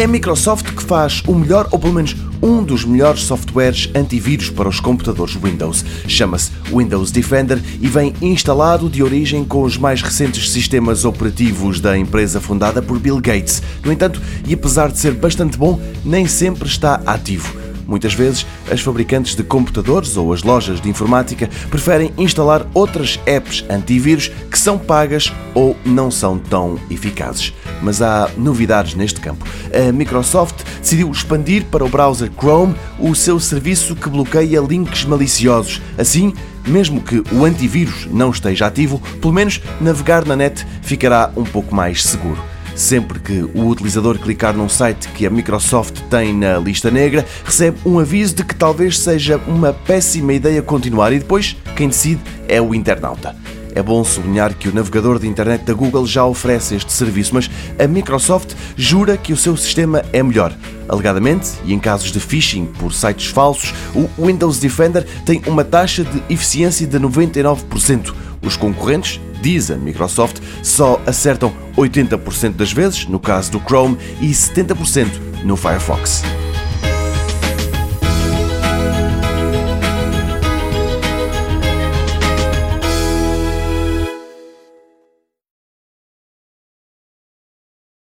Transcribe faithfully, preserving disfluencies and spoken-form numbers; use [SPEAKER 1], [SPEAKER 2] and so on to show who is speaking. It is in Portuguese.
[SPEAKER 1] É a Microsoft que faz o melhor, ou pelo menos um dos melhores softwares antivírus para os computadores Windows. Chama-se Windows Defender e vem instalado de origem com os mais recentes sistemas operativos da empresa fundada por Bill Gates. No entanto, e apesar de ser bastante bom, nem sempre está ativo. Muitas vezes, as fabricantes de computadores ou as lojas de informática preferem instalar outras apps antivírus que são pagas ou não são tão eficazes. Mas há novidades neste campo. A Microsoft decidiu expandir para o browser Chrome o seu serviço que bloqueia links maliciosos. Assim, mesmo que o antivírus não esteja ativo, pelo menos navegar na net ficará um pouco mais seguro. Sempre que o utilizador clicar num site que a Microsoft tem na lista negra, recebe um aviso de que talvez seja uma péssima ideia continuar e depois quem decide é o internauta. É bom sublinhar que o navegador de internet da Google já oferece este serviço, mas a Microsoft jura que o seu sistema é melhor. Alegadamente, e em casos de phishing por sites falsos, o Windows Defender tem uma taxa de eficiência de noventa e nove por cento. Os concorrentes, diz a Microsoft, só acertam oitenta por cento das vezes, no caso do Chrome, e setenta por cento no Firefox.